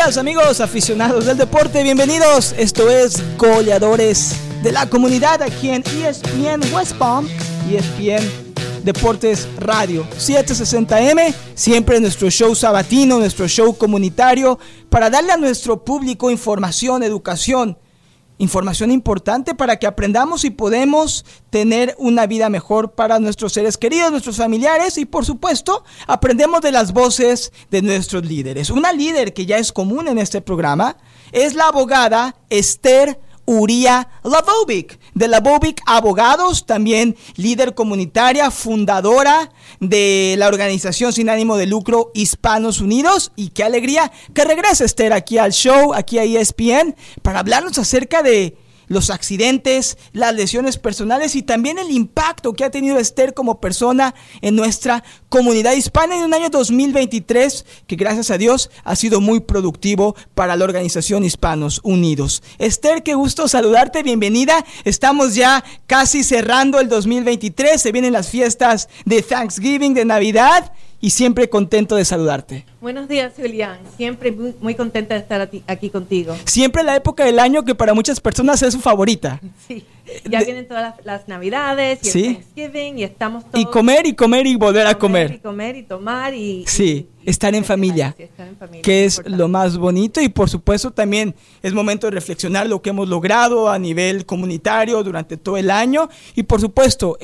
días, amigos aficionados del deporte, bienvenidos. Esto es Goleadores de la Comunidad aquí en ESPN West Palm, ESPN Deportes Radio 760M, siempre nuestro show sabatino, nuestro show comunitario, para darle a nuestro público información, educación, información importante para que aprendamos y podemos tener una vida mejor para nuestros seres queridos, nuestros familiares y por supuesto aprendemos de las voces de nuestros líderes. Una líder que ya es común en este programa es la abogada Esther Uría Lavovic, de Lavovic Abogados, también líder comunitaria, fundadora de la organización sin ánimo de lucro Hispanos Unidos. Y qué alegría que regrese Esther aquí al show, aquí a ESPN, para hablarnos acerca de los accidentes, las lesiones personales y también el impacto que ha tenido Esther como persona en nuestra comunidad hispana en un año 2023 que gracias a Dios ha sido muy productivo para la organización Hispanos Unidos. Esther, qué gusto saludarte, bienvenida. Estamos ya casi cerrando el 2023, se vienen las fiestas de Thanksgiving, de Navidad, y siempre contento de saludarte. Buenos días, Julián. Siempre muy contenta de estar aquí contigo. Siempre la época del año que para muchas personas es su favorita. Sí, ya vienen todas las Navidades y ¿sí? El Thanksgiving y estamos todos... Y comer y volver a comer. Y comer y tomar y... Sí, estar en familia, que es lo más bonito y por supuesto también es momento de reflexionar lo que hemos logrado a nivel comunitario durante todo el año y por supuesto...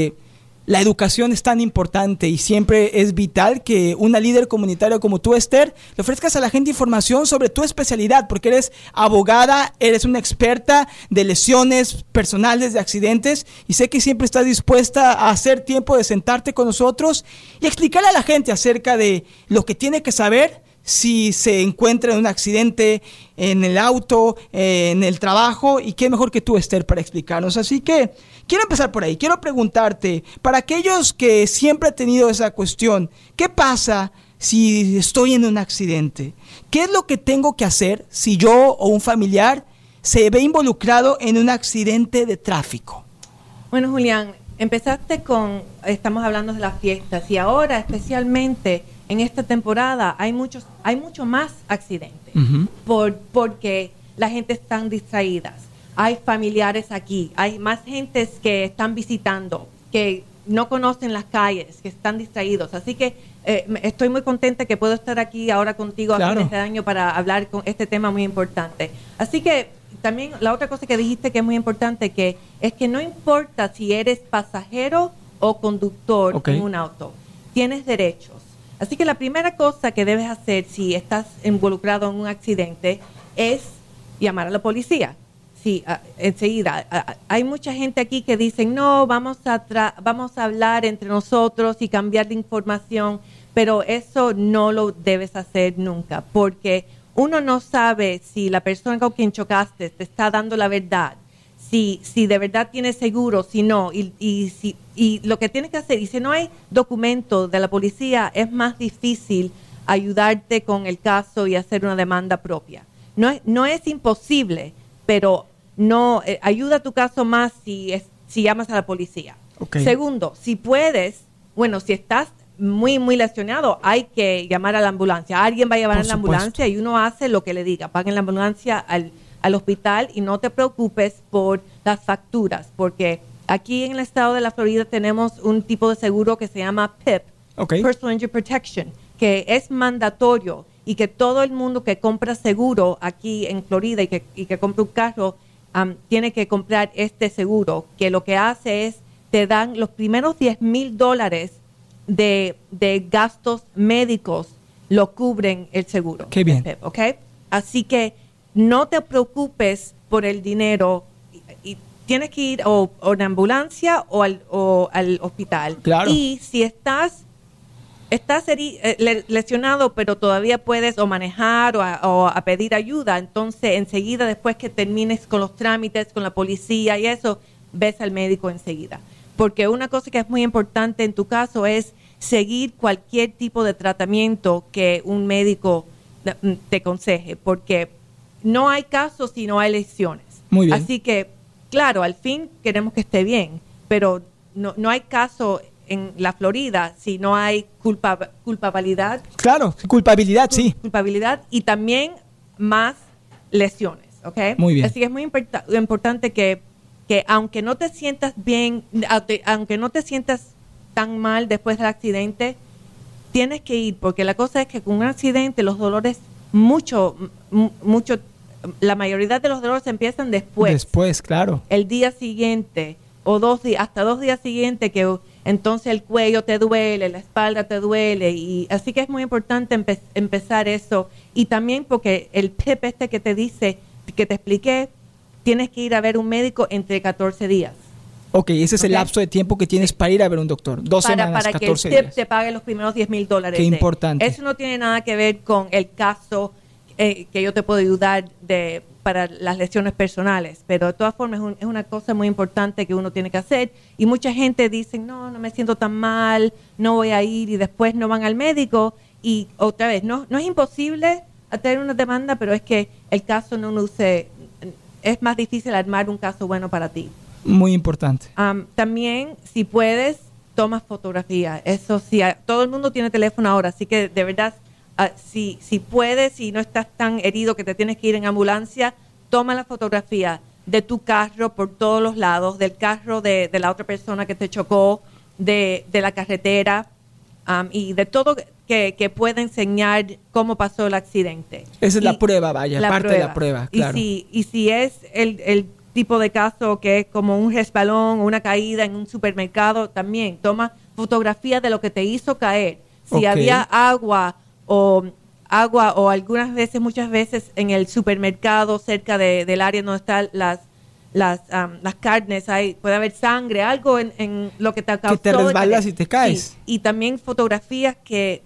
la educación es tan importante y siempre es vital que una líder comunitaria como tú, Esther, le ofrezcas a la gente información sobre tu especialidad, porque eres abogada, eres una experta de lesiones personales, de accidentes, y sé que siempre estás dispuesta a hacer tiempo de sentarte con nosotros y explicarle a la gente acerca de lo que tiene que saber si se encuentra en un accidente, en el auto, en el trabajo, y qué mejor que tú, Esther, para explicarnos. Así que quiero empezar por ahí, quiero preguntarte, para aquellos que siempre han tenido esa cuestión, ¿qué pasa si estoy en un accidente? ¿Qué es lo que tengo que hacer si yo o un familiar se ve involucrado en un accidente de tráfico? Bueno, Julián, estamos hablando de las fiestas y ahora especialmente en esta temporada hay mucho más accidentes porque la gente está distraída. Hay familiares aquí, hay más gentes que están visitando, que no conocen las calles, que están distraídos. Así que estoy muy contenta que puedo estar aquí ahora contigo a fines de año para hablar con este tema muy importante. Así que también la otra cosa que dijiste que es muy importante es que no importa si eres pasajero o conductor en un auto, tienes derechos. Así que la primera cosa que debes hacer si estás involucrado en un accidente es llamar a la policía. Sí, enseguida. Hay mucha gente aquí que dicen, no, vamos a hablar entre nosotros y cambiar de información, pero eso no lo debes hacer nunca, porque uno no sabe si la persona con quien chocaste te está dando la verdad, si de verdad tiene seguro, si no, y lo que tienes que hacer, y si no hay documento de la policía, es más difícil ayudarte con el caso y hacer una demanda propia. No es imposible, pero no ayuda a tu caso más si llamas a la policía. Segundo, si puedes, si estás muy, muy lesionado, hay que llamar a la ambulancia. Alguien va a llevar a la ambulancia y uno hace lo que le diga. Paguen la ambulancia al hospital y no te preocupes por las facturas, porque aquí en el estado de la Florida tenemos un tipo de seguro que se llama PIP, Personal Injury Protection, que es mandatorio y que todo el mundo que compra seguro aquí en Florida y que compra un carro tiene que comprar este seguro, que lo que hace es te dan los primeros $10,000 de gastos médicos, lo cubren el seguro. Qué bien. PIP, Así que no te preocupes por el dinero y tienes que ir o a una ambulancia o al hospital. Claro. Y si estás lesionado, pero todavía puedes o manejar o a pedir ayuda, entonces enseguida, después que termines con los trámites, con la policía y eso, ves al médico enseguida. Porque una cosa que es muy importante en tu caso es seguir cualquier tipo de tratamiento que un médico te aconseje, porque no hay casos si no hay lesiones. Muy bien. Así que, claro, al fin queremos que esté bien, pero no hay caso en la Florida si no hay culpabilidad. Claro, culpabilidad, sí. Culpabilidad y también más lesiones, ¿ok? Muy bien. Así que es muy importante que aunque no te sientas bien, aunque no te sientas tan mal después del accidente, tienes que ir, porque la cosa es que con un accidente los dolores la mayoría de los dolores empiezan después. Después, claro. El día siguiente o 2 días, hasta 2 días siguientes, que entonces el cuello te duele, la espalda te duele, y así que es muy importante empezar eso. Y también porque el PEP que te dice, que te expliqué, tienes que ir a ver un médico entre 14 días. Ok, ese es el lapso de tiempo que tienes para ir a ver un doctor. 2 semanas, 14 días. Para que el PEP te pague los primeros $10,000. Qué importante. Eso no tiene nada que ver con el caso que yo te puedo ayudar para las lesiones personales, pero de todas formas es una cosa muy importante que uno tiene que hacer, y mucha gente dice, no me siento tan mal, no voy a ir, y después no van al médico, y otra vez, no es imposible tener una demanda, pero es que el caso no luce, es más difícil armar un caso bueno para ti. Muy importante. También, si puedes, toma fotografía. Eso sí, todo el mundo tiene teléfono ahora, así que de verdad, si puedes, si no estás tan herido que te tienes que ir en ambulancia, toma la fotografía de tu carro por todos los lados, del carro de la otra persona que te chocó, de la carretera, y de todo que pueda enseñar cómo pasó el accidente. Esa es la prueba, vaya, parte de la prueba, claro. Y si es el tipo de caso que es como un resbalón o una caída en un supermercado, también toma fotografía de lo que te hizo caer. Si había agua o algunas veces, muchas veces en el supermercado cerca del área donde están las carnes, puede haber sangre, algo en lo que te causó. Que te resbalas y te caes. Sí, y también fotografías que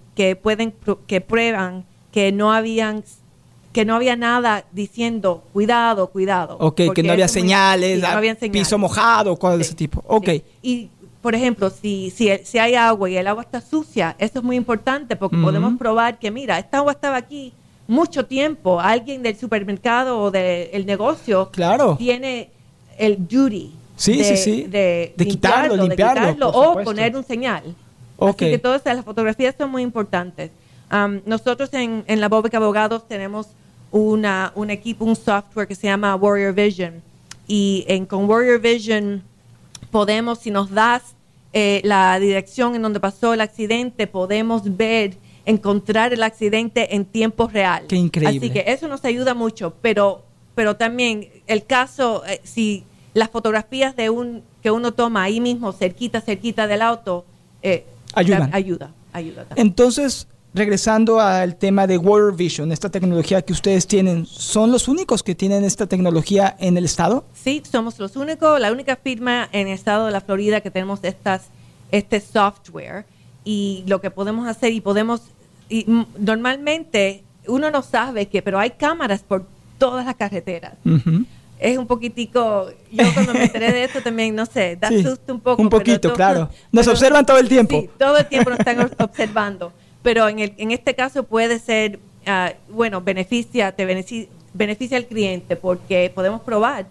prueban que no había nada diciendo cuidado. Ok, que no había señales, no habían señales, piso mojado, cosas de ese tipo. Ok. Sí. Y, por ejemplo, si hay agua y el agua está sucia, eso es muy importante porque podemos probar que, mira, esta agua estaba aquí mucho tiempo. Alguien del supermercado o del negocio tiene el duty de limpiarlo o poner un señal. Así que todas las fotografías son muy importantes. Nosotros en la Bobic Abogados tenemos un equipo, un software que se llama Warrior Vision. Y con Warrior Vision podemos, si nos das la dirección en donde pasó el accidente, podemos encontrar el accidente en tiempo real. Qué increíble. Así que eso nos ayuda mucho, pero también el caso, si las fotografías que uno toma ahí mismo, cerquita del auto, ayuda también. Entonces, regresando al tema de Warrior Vision, esta tecnología que ustedes tienen, ¿son los únicos que tienen esta tecnología en el estado? Sí, somos los únicos, la única firma en el estado de la Florida que tenemos este software, y lo que podemos hacer y normalmente uno no sabe pero hay cámaras por todas las carreteras. Es un poquitico, yo cuando me enteré de esto también, no sé, da susto un poco. Un poquito, claro. Nos observan todo el tiempo. Sí, todo el tiempo nos están observando. Pero en este caso puede ser, beneficia al cliente, porque podemos probar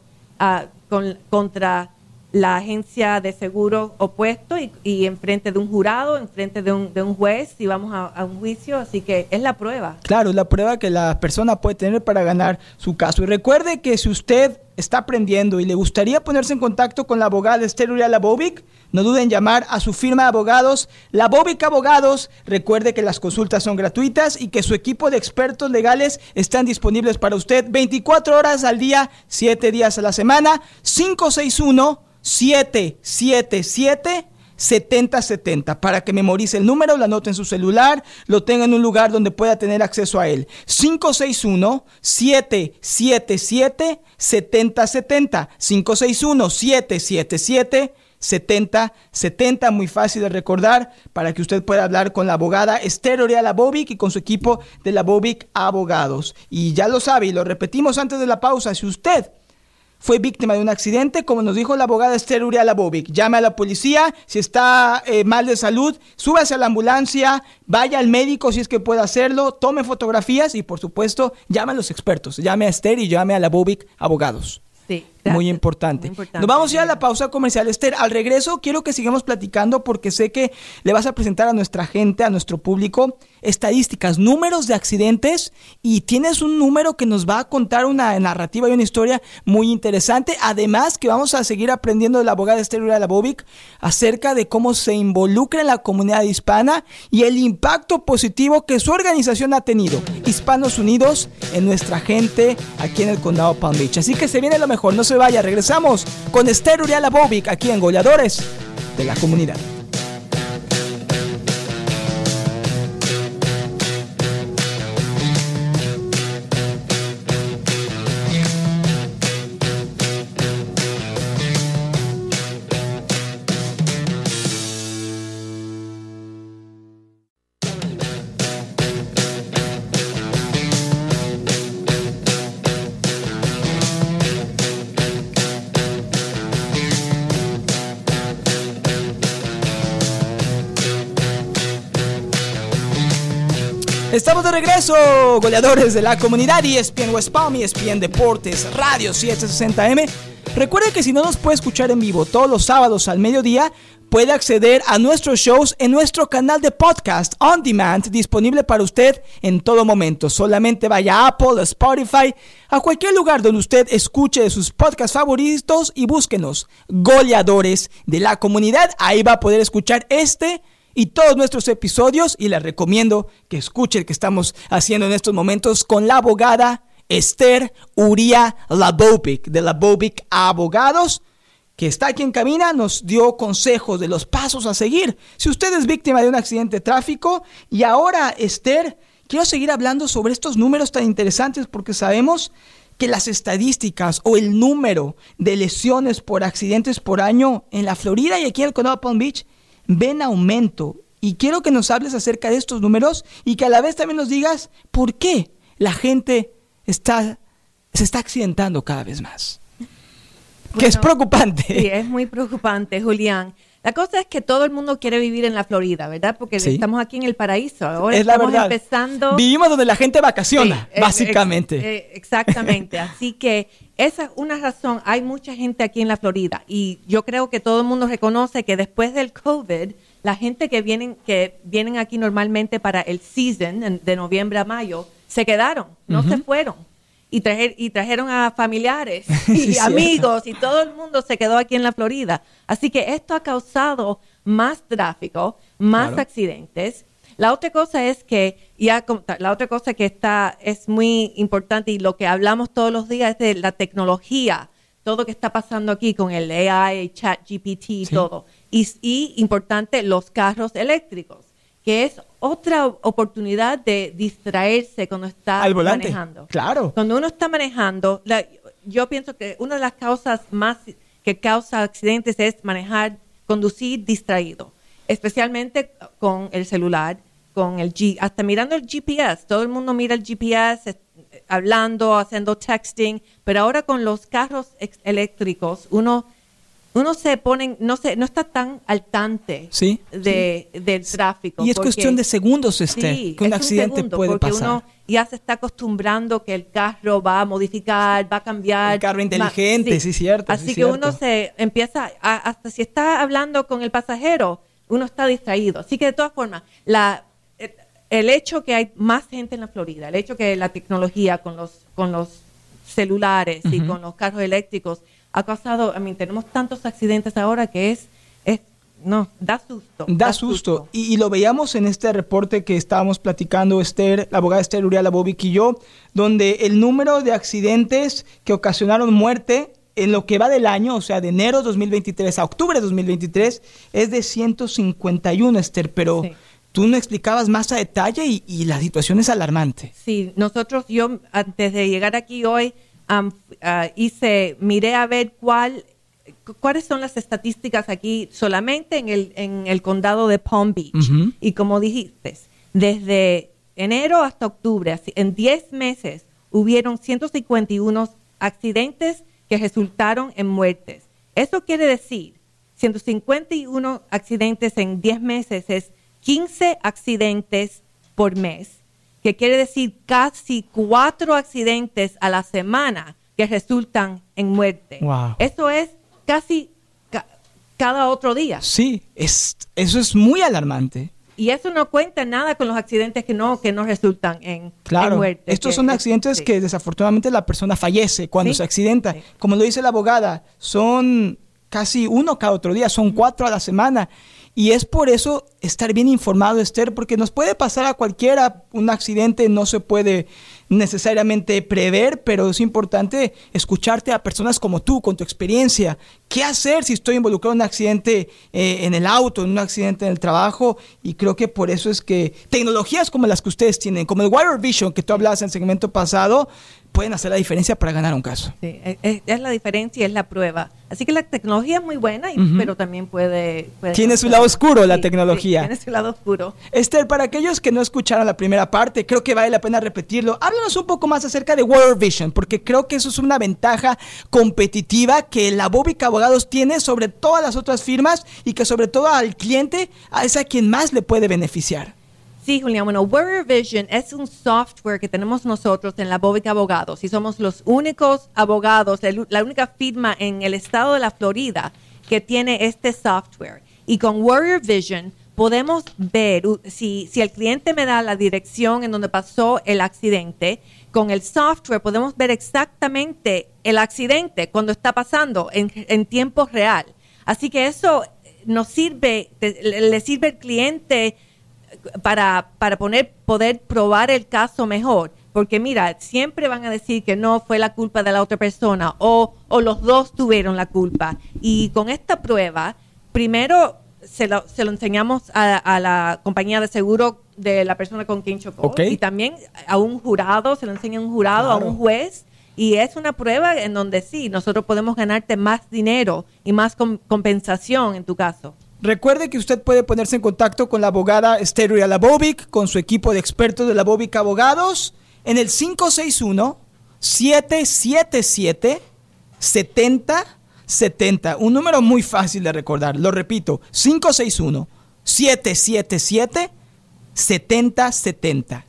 contra la agencia de seguro opuesto y enfrente de un jurado, enfrente de un juez, si vamos a un juicio. Así que es la prueba. Claro, es la prueba que la persona puede tener para ganar su caso. Y recuerde que si usted está aprendiendo y le gustaría ponerse en contacto con la abogada Esther Uriala Bobic, no duden en llamar a su firma de abogados, La Bobic Abogados. Recuerde que las consultas son gratuitas y que su equipo de expertos legales están disponibles para usted 24 horas al día, 7 días a la semana. 561-777-7070 para que memorice el número, lo anote en su celular, lo tenga en un lugar donde pueda tener acceso a él. 561-777-7070. 561-777-7070, muy fácil de recordar, para que usted pueda hablar con la abogada Esther Uriala Bobic y con su equipo de la Bobic Abogados. Y ya lo sabe, y lo repetimos antes de la pausa, si usted fue víctima de un accidente, como nos dijo la abogada Esther Uriala Bobic, llame a la policía. Si está mal de salud, súbase a la ambulancia, vaya al médico si es que puede hacerlo, tome fotografías y, por supuesto, llame a los expertos. Llame a Esther y llame a la Bobic Abogados. Sí, muy importante. Nos vamos a ir a la pausa comercial, Esther. Al regreso quiero que sigamos platicando porque sé que le vas a presentar a nuestra gente, a nuestro público, estadísticas, números de accidentes, y tienes un número que nos va a contar una narrativa y una historia muy interesante. Además que vamos a seguir aprendiendo de la abogada Esther Uriela Bobic acerca de cómo se involucra en la comunidad hispana y el impacto positivo que su organización ha tenido, Hispanos Unidos, en nuestra gente aquí en el condado Palm Beach. Así que se viene lo mejor, no se vaya. Regresamos con Esther Uriela Bobic aquí en Goleadores de la Comunidad. Estamos de regreso, goleadores de la comunidad, ESPN West Palm, ESPN Deportes, Radio 760M. Recuerde que si no nos puede escuchar en vivo todos los sábados al mediodía, puede acceder a nuestros shows en nuestro canal de podcast on demand, disponible para usted en todo momento. Solamente vaya a Apple, a Spotify, a cualquier lugar donde usted escuche de sus podcasts favoritos y búsquenos, Goleadores de la Comunidad. Ahí va a poder escuchar este y todos nuestros episodios, y les recomiendo que escuche el que estamos haciendo en estos momentos con la abogada Esther Uriela Bobic de la Bobic Abogados, que está aquí en cabina. Nos dio consejos de los pasos a seguir si usted es víctima de un accidente de tráfico. Y ahora, Esther, quiero seguir hablando sobre estos números tan interesantes, porque sabemos que las estadísticas o el número de lesiones por accidentes por año en la Florida y aquí en el condado Palm Beach ven aumento, y quiero que nos hables acerca de estos números y que a la vez también nos digas por qué la gente se está accidentando cada vez más. Bueno, que es preocupante. Sí, es muy preocupante, Julián. La cosa es que todo el mundo quiere vivir en la Florida, ¿verdad? Porque sí, estamos aquí en el paraíso. Ahora es estamos la verdad. Empezando. Vivimos donde la gente vacaciona, sí, básicamente. Exactamente. Así que esa es una razón. Hay mucha gente aquí en la Florida, y yo creo que todo el mundo reconoce que después del COVID, la gente que vienen aquí normalmente para el season de noviembre a mayo se quedaron, no se fueron. Y trajeron a familiares y amigos, y todo el mundo se quedó aquí en la Florida. Así que esto ha causado más tráfico, más accidentes. La otra cosa es que es muy importante, y lo que hablamos todos los días, es de la tecnología, todo que está pasando aquí con el AI, ChatGPT y todo. Y importante, los carros eléctricos, que es otra oportunidad de distraerse cuando está al volante, manejando. Claro. Cuando uno está manejando, yo pienso que una de las causas más que causa accidentes es conducir distraído, especialmente con el celular, hasta mirando el GPS. Todo el mundo mira el GPS, hablando, haciendo texting, pero ahora con los carros eléctricos, uno se pone, no está tan al tante del tráfico. Y es cuestión de segundos, que un accidente puede pasar. Porque uno ya se está acostumbrando que el carro va a modificar, va a cambiar. El carro inteligente, cierto. Así que uno se empieza, hasta si está hablando con el pasajero, uno está distraído. Así que de todas formas, el hecho que hay más gente en la Florida, el hecho que la tecnología con los celulares y con los carros eléctricos ha causado, tenemos tantos accidentes ahora que da susto. Da susto. Y lo veíamos en este reporte que estábamos platicando, Esther, la abogada Esther Uriela Bobic y yo, donde el número de accidentes que ocasionaron muerte en lo que va del año, o sea, de enero 2023 a octubre de 2023, es de 151, Esther, pero tú no explicabas más a detalle y la situación es alarmante. Sí, yo antes de llegar aquí hoy, miré a ver cuáles son las estadísticas aquí solamente en el condado de Palm Beach. Y como dijiste, desde enero hasta octubre, en 10 meses, hubieron 151 accidentes que resultaron en muertes. Eso quiere decir, 151 accidentes en 10 meses es 15 accidentes por mes, que quiere decir casi 4 accidentes a la semana que resultan en muerte. Wow. Eso es casi cada otro día. Sí, eso es muy alarmante. Y eso no cuenta nada con los accidentes que no resultan en muerte. Estos son accidentes que desafortunadamente la persona fallece cuando se accidenta. Sí. Como lo dice la abogada, son casi uno cada otro día, son 4 a la semana. Y es por eso estar bien informado, Esther, porque nos puede pasar a cualquiera. Un accidente no se puede necesariamente prever, pero es importante escucharte a personas como tú, con tu experiencia. ¿Qué hacer si estoy involucrado en un accidente en el auto, en un accidente en el trabajo? Y creo que por eso es que tecnologías como las que ustedes tienen, como el Wire Vision que tú hablabas en el segmento pasado, pueden hacer la diferencia para ganar un caso. Sí, es la diferencia, es la prueba. Así que la tecnología es muy buena, pero también puede tiene su lado oscuro, la tecnología. Sí, tiene su lado oscuro. Esther, para aquellos que no escucharon la primera parte, creo que vale la pena repetirlo. Háblanos un poco más acerca de Wire Vision, porque creo que eso es una ventaja competitiva que la Bobic Abogados tiene sobre todas las otras firmas y que sobre todo al cliente es a quien más le puede beneficiar. Sí, Julián. Bueno, Wire Vision es un software que tenemos nosotros en la Bobic Abogados y somos los únicos abogados, la única firma en el estado de la Florida que tiene este software. Y con Wire Vision podemos ver si el cliente me da la dirección en donde pasó el accidente. Con el software podemos ver exactamente el accidente cuando está pasando en tiempo real. Así que eso le sirve al cliente para poder probar el caso mejor, porque mira, siempre van a decir que no fue la culpa de la otra persona o los dos tuvieron la culpa. Y con esta prueba, primero se lo enseñamos a la compañía de seguro de la persona con quien chocó, y también a un jurado, se lo enseña a un jurado, claro, a un juez, y es una prueba en donde sí, nosotros podemos ganarte más dinero y más compensación en tu caso. Recuerde que usted puede ponerse en contacto con la abogada Esther Uriala Bobic, con su equipo de expertos de la Bobic Abogados, en el 561-777-7070. Un número muy fácil de recordar. Lo repito, 561-777-7070.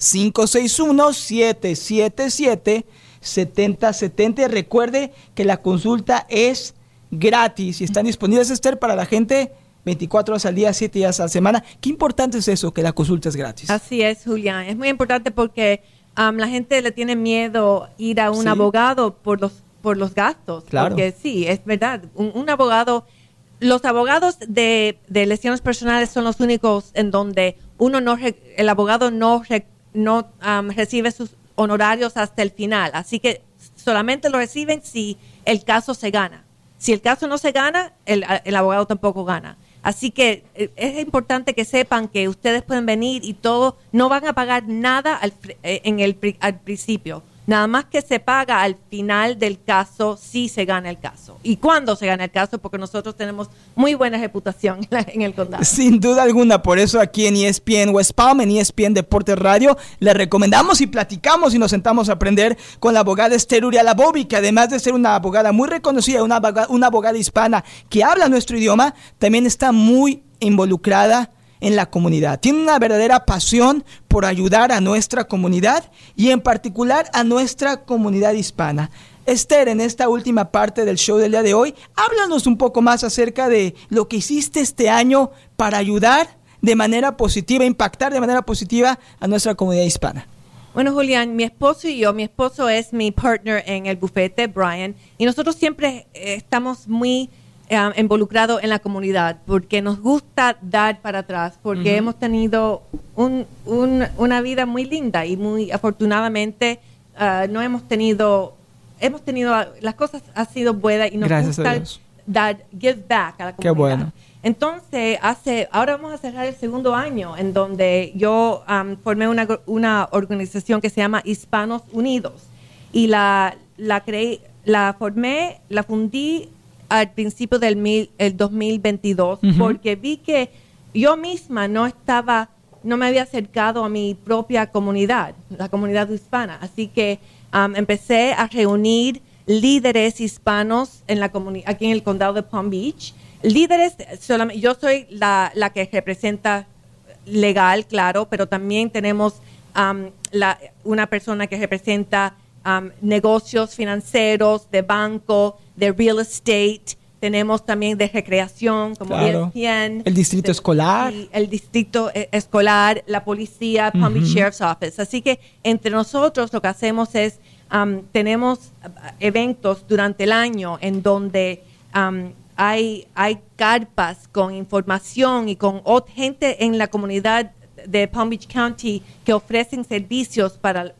561-777-7070. Recuerde que la consulta es gratis y están disponibles, Esther, para la gente 24 horas al día, 7 días a la semana. Qué importante es eso, que la consulta es gratis. Así es, Julián. Es muy importante porque la gente le tiene miedo ir a un abogado por los gastos. Claro. Porque sí, es verdad. Un abogado, los abogados de lesiones personales son los únicos en donde el abogado no recibe sus honorarios hasta el final. Así que solamente lo reciben si el caso se gana. Si el caso no se gana, el abogado tampoco gana. Así que es importante que sepan que ustedes pueden venir y todo, no van a pagar nada al principio. Nada más que se paga al final del caso si se gana el caso. ¿Y cuándo se gana el caso? Porque nosotros tenemos muy buena reputación en el condado. Sin duda alguna, por eso aquí en ESPN West Palm, en ESPN Deportes Radio, le recomendamos y platicamos y nos sentamos a aprender con la abogada Esther Uriala Bobic, que además de ser una abogada muy reconocida, una abogada hispana que habla nuestro idioma, también está muy involucrada en la comunidad. Tiene una verdadera pasión por ayudar a nuestra comunidad y en particular a nuestra comunidad hispana. Esther, en esta última parte del show del día de hoy, háblanos un poco más acerca de lo que hiciste este año para ayudar de manera positiva, impactar de manera positiva a nuestra comunidad hispana. Bueno, Julián, mi esposo es mi partner en el bufete, Brian, y nosotros siempre estamos muy involucrado en la comunidad porque nos gusta dar para atrás, porque hemos tenido una vida muy linda y muy afortunadamente las cosas han sido buenas y nos gusta give back a la comunidad. Qué bueno. Entonces, ahora vamos a cerrar el segundo año en donde yo formé una organización que se llama Hispanos Unidos y la fundí al principio del 2022 porque vi que yo misma no me había acercado a mi propia comunidad, la comunidad hispana. Así que empecé a reunir líderes hispanos aquí en el condado de Palm Beach. Líderes, yo soy la que representa legal, claro, pero también tenemos una persona que representa negocios financieros, de banco, de real estate. Tenemos también de recreación, como ESPN. El distrito escolar. El distrito escolar, la policía, Palm Beach Sheriff's Office. Así que entre nosotros lo que hacemos es, tenemos eventos durante el año en donde hay carpas con información y con gente en la comunidad de Palm Beach County que ofrecen servicios para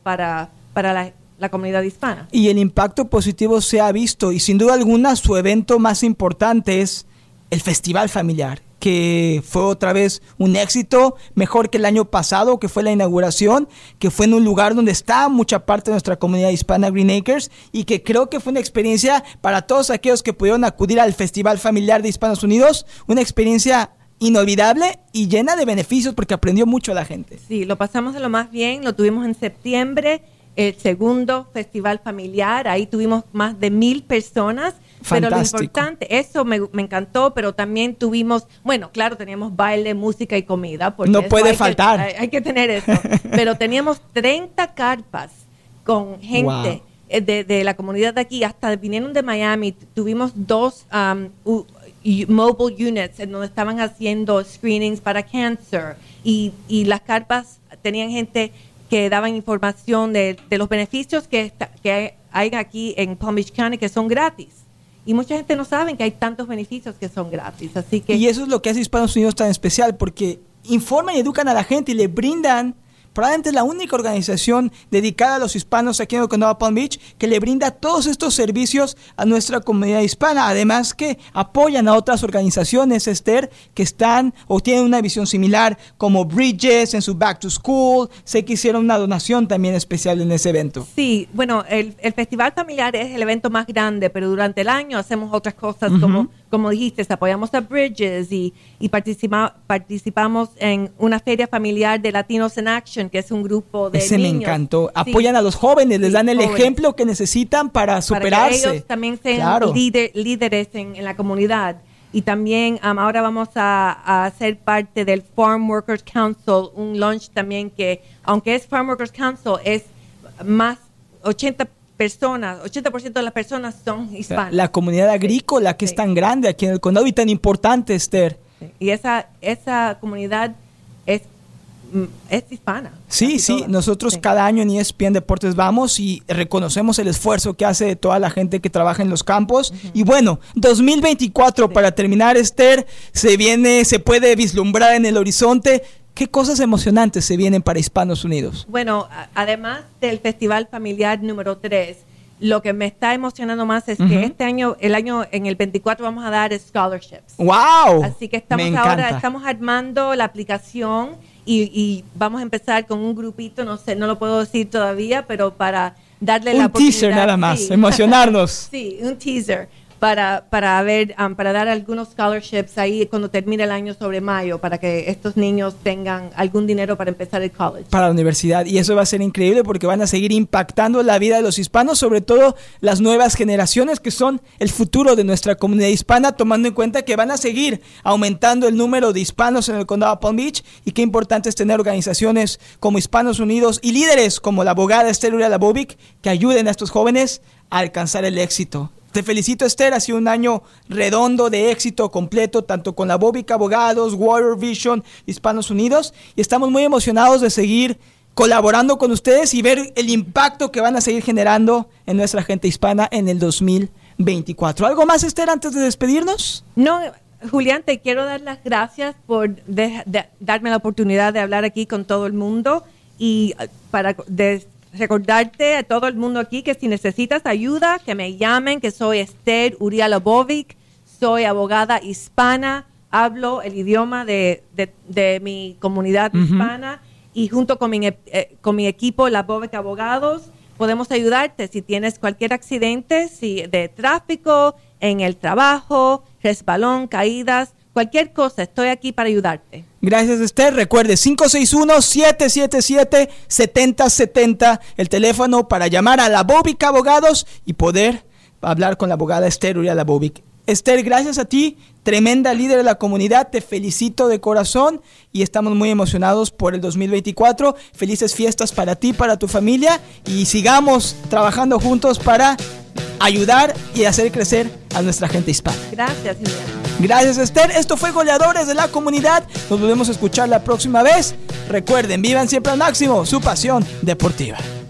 la comunidad hispana. Y el impacto positivo se ha visto, y sin duda alguna su evento más importante es el Festival Familiar, que fue otra vez un éxito, mejor que el año pasado, que fue la inauguración, que fue en un lugar donde está mucha parte de nuestra comunidad hispana, Green Acres, y que creo que fue una experiencia para todos aquellos que pudieron acudir al Festival Familiar de Hispanos Unidos, una experiencia inolvidable y llena de beneficios porque aprendió mucho la gente. Sí, lo pasamos de lo más bien, lo tuvimos en septiembre, el segundo festival familiar, ahí tuvimos más de 1,000 personas. Fantástico. Pero lo importante, eso me encantó, pero también tuvimos, bueno, claro, teníamos baile, música y comida. Porque no puede faltar. Hay que tener eso. Pero teníamos 30 carpas con gente de la comunidad de aquí, hasta vinieron de Miami. Tuvimos 2 mobile units en donde estaban haciendo screenings para cáncer, y las carpas tenían gente que daban información de los beneficios que hay aquí en Palm Beach County, que son gratis. Y mucha gente no sabe que hay tantos beneficios que son gratis. Así que, y eso es lo que hace Hispanos Unidos tan especial, porque informan y educan a la gente y le brindan, probablemente la única organización dedicada a los hispanos aquí en el condado de Palm Beach que le brinda todos estos servicios a nuestra comunidad hispana. Además que apoyan a otras organizaciones, Esther, que están o tienen una visión similar, como Bridges en su Back to School. Sé que hicieron una donación también especial en ese evento. Sí, bueno, el Festival Familiar es el evento más grande, pero durante el año hacemos otras cosas como dijiste, apoyamos a Bridges y participamos en una feria familiar de Latinos in Action, que es un grupo de Ese niños. Me encantó. Apoyan a los jóvenes, les dan el ejemplo que necesitan para superarse. Para que ellos también sean líderes en la comunidad. Y también ahora vamos a ser parte del Farm Workers Council, un lunch también que, aunque es Farm Workers Council, es más 80% de las personas son hispanas. La comunidad agrícola que es tan grande aquí en el condado y tan importante, Esther. Sí. Y esa comunidad es hispana. Sí, nosotros cada año en ESPN Deportes vamos y reconocemos el esfuerzo que hace toda la gente que trabaja en los campos. Y bueno, 2024 para terminar, Esther, se puede vislumbrar en el horizonte. ¿Qué cosas emocionantes se vienen para Hispanos Unidos? Bueno, además del Festival Familiar número 3, lo que me está emocionando más es que este año, en el 24 vamos a dar scholarships. ¡Wow! Así que estamos armando la aplicación y vamos a empezar con un grupito, no sé, no lo puedo decir todavía, pero para darle la oportunidad. Un teaser nada más, emocionarnos. Sí, un teaser. Para dar algunos scholarships ahí cuando termine el año sobre mayo, para que estos niños tengan algún dinero para empezar el college. Para la universidad. Y eso va a ser increíble porque van a seguir impactando la vida de los hispanos, sobre todo las nuevas generaciones que son el futuro de nuestra comunidad hispana, tomando en cuenta que van a seguir aumentando el número de hispanos en el condado de Palm Beach, y qué importante es tener organizaciones como Hispanos Unidos y líderes como la abogada Esther Uriela Bovic que ayuden a estos jóvenes a alcanzar el éxito. Te felicito, Esther, ha sido un año redondo de éxito completo, tanto con la Bovic Abogados, Warrior Vision, Hispanos Unidos, y estamos muy emocionados de seguir colaborando con ustedes y ver el impacto que van a seguir generando en nuestra gente hispana en el 2024. ¿Algo más, Esther, antes de despedirnos? No, Julián, te quiero dar las gracias por darme la oportunidad de hablar aquí con todo el mundo y para recordarte a todo el mundo aquí que si necesitas ayuda, que me llamen, que soy Esther Uriela Bovic, soy abogada hispana, hablo el idioma de mi comunidad hispana, y junto con mi equipo, la Bovic Abogados, podemos ayudarte si tienes cualquier accidente, de tráfico, en el trabajo, resbalón, caídas, cualquier cosa, estoy aquí para ayudarte. Gracias, Esther. Recuerde, 561-777-7070, el teléfono para llamar a la Bovic Abogados y poder hablar con la abogada Esther Uriela Bovic. Esther, gracias a ti, tremenda líder de la comunidad, te felicito de corazón y estamos muy emocionados por el 2024. Felices fiestas para ti, para tu familia y sigamos trabajando juntos para ayudar y hacer crecer a nuestra gente hispana. Gracias, Julián. Gracias, Esther. Esto fue Goleadores de la Comunidad. Nos volvemos a escuchar la próxima vez. Recuerden, vivan siempre al máximo su pasión deportiva.